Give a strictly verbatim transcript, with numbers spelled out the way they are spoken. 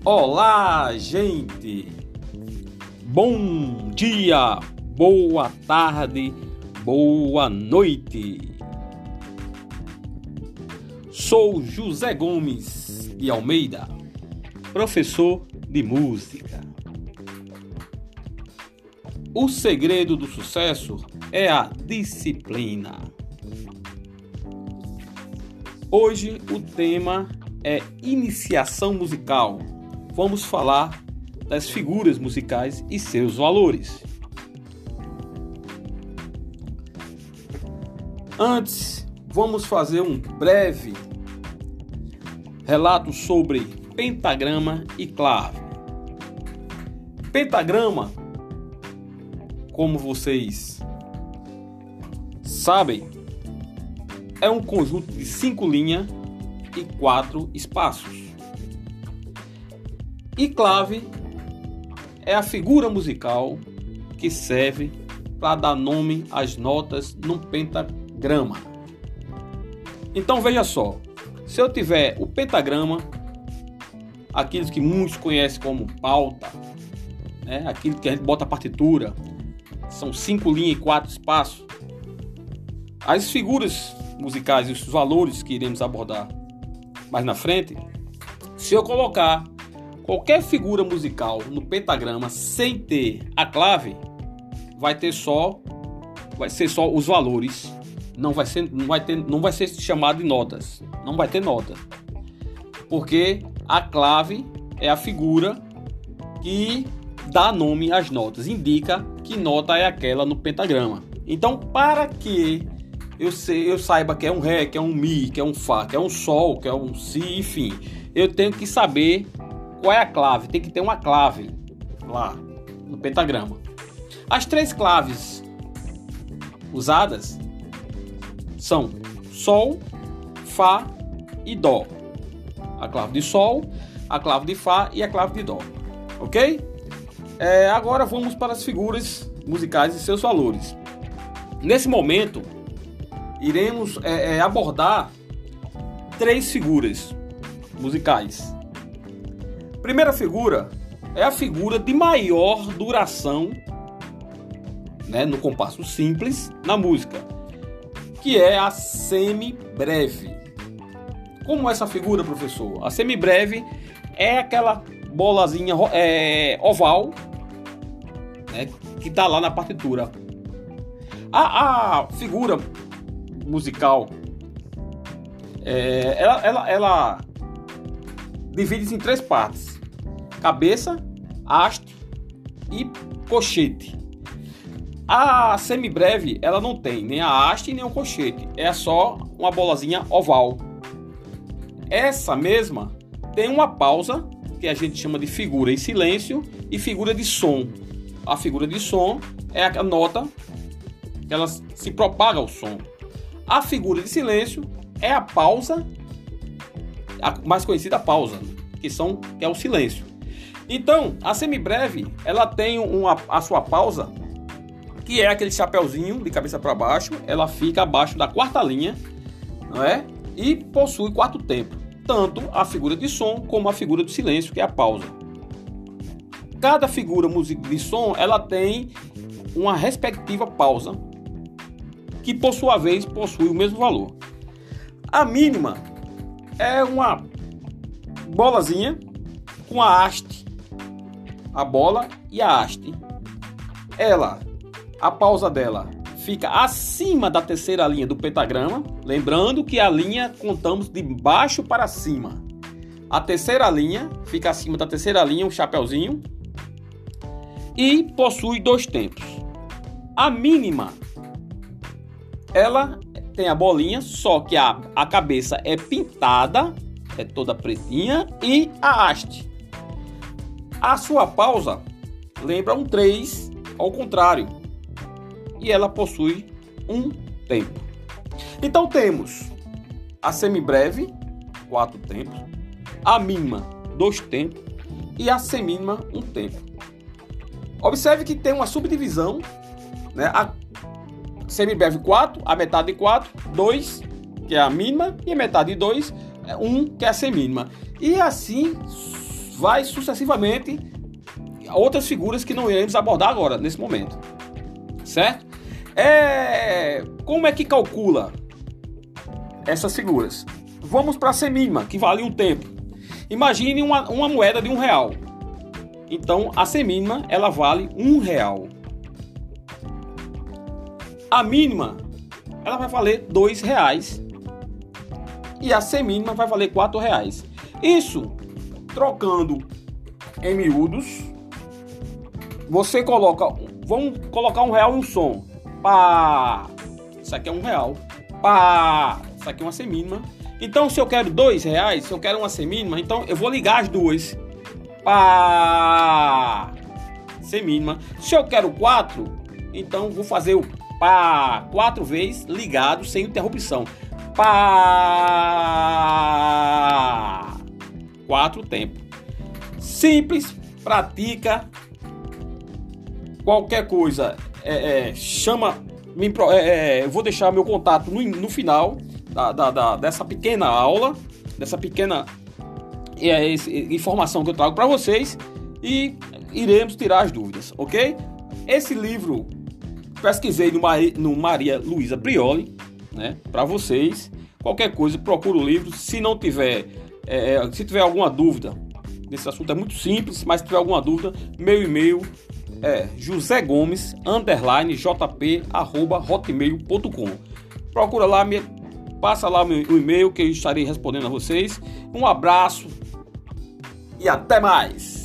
Olá, gente! Bom dia, boa tarde, boa noite! Sou José Gomes de Almeida, professor de música. O segredo do sucesso é a disciplina. Hoje o tema é iniciação musical. Vamos falar das figuras musicais e seus valores. Antes, vamos fazer um breve relato sobre pentagrama e clave. Pentagrama, como vocês sabem, é um conjunto de cinco linhas e quatro espaços. E clave é a figura musical que serve para dar nome às notas num pentagrama. Então veja só, se eu tiver o pentagrama, aqueles que muitos conhecem como pauta, né? Aquilo que a gente bota a partitura, são cinco linhas e quatro espaços. As figuras musicais e os valores que iremos abordar mais na frente, se eu colocar qualquer figura musical no pentagrama sem ter a clave, vai ter só, vai ser só os valores, não vai ser, não vai ter, não vai ser chamado de notas, não vai ter nota, porque a clave é a figura que dá nome às notas, indica que nota é aquela no pentagrama. Então, para que eu, sei, eu saiba que é um Ré, que é um Mi, que é um Fá, que é um Sol, que é um Si, enfim, eu tenho que saber qual é a clave. Tem que ter uma clave lá no pentagrama. As três claves usadas são Sol, Fá e Dó. A clave de Sol, a clave de Fá e a clave de Dó. Ok? É, agora vamos para as figuras musicais e seus valores. Nesse momento, iremos é, é, abordar três figuras musicais. Primeira figura é a figura de maior duração, né, no compasso simples na música, que é a semibreve. Como é essa figura, professor? A semibreve é aquela bolazinha é, oval, né, que está lá na partitura. A, a figura musical, é, ela, ela, ela divide-se em três partes: cabeça, haste e cochete. A semibreve, ela não tem nem a haste nem o cochete, é só uma bolazinha oval. Essa mesma tem uma pausa, que a gente chama de figura em silêncio, e figura de som. A figura de som é a nota que ela se propaga o som. A figura de silêncio é a pausa, a mais conhecida pausa, que, são, que é o silêncio. Então, a semibreve, ela tem uma, a sua pausa, que é aquele chapeuzinho de cabeça para baixo, ela fica abaixo da quarta linha, não é? E possui quatro tempos, tanto a figura de som como a figura de silêncio, que é a pausa. Cada figura de som, ela tem uma respectiva pausa, que por sua vez possui o mesmo valor. A mínima é uma bolazinha com a haste, a bola e a haste. Ela, a pausa dela fica acima da terceira linha do pentagrama, lembrando que a linha contamos de baixo para cima. A terceira linha fica acima da terceira linha, um chapeuzinho, e possui dois tempos. A mínima, ela tem a bolinha, só que a, a cabeça é pintada, é toda pretinha, e a haste. A sua pausa lembra um três ao contrário, e ela possui um tempo. Então temos a semibreve, quatro tempos, a mínima, dois tempos, e a semínima, um tempo. Observe que tem uma subdivisão, né? A semibreve quatro, a metade de quatro, dois, que é a mínima, e a metade de dois, um, que é a semínima. E assim vai sucessivamente outras figuras que não iremos abordar agora, nesse momento. Certo? É... Como é que calcula essas figuras? Vamos para a semínima, que vale um tempo. Imagine uma, uma moeda de um real. Então, a semínima, ela vale um real. A mínima, ela vai valer dois reais. E a semínima vai valer quatro reais. Isso, trocando em miúdos, você coloca... Vamos colocar um real em um som. Pá! Isso aqui é um real. Pá! Isso aqui é uma semínima. Então, se eu quero dois reais, se eu quero uma semínima, então eu vou ligar as duas. Pá! Semínima. Se eu quero quatro, então vou fazer o pá quatro vezes ligado sem interrupção. Pá! Quatro tempos. Simples, pratica. Qualquer coisa, é, é, chama. Me, é, é, eu vou deixar meu contato no, no final da, da, da, dessa pequena aula, dessa pequena é, esse, informação que eu trago para vocês, e iremos tirar as dúvidas, ok? Esse livro pesquisei no, no Maria Luísa Prioli, né, para vocês. Qualquer coisa, procura o livro. Se não tiver, é, se tiver alguma dúvida, esse assunto é muito simples, mas se tiver alguma dúvida, meu e-mail é josé gomes underline jp arroba hotmail ponto com. Procura lá, me passa lá o meu e-mail que eu estarei respondendo a vocês. Um abraço e até mais.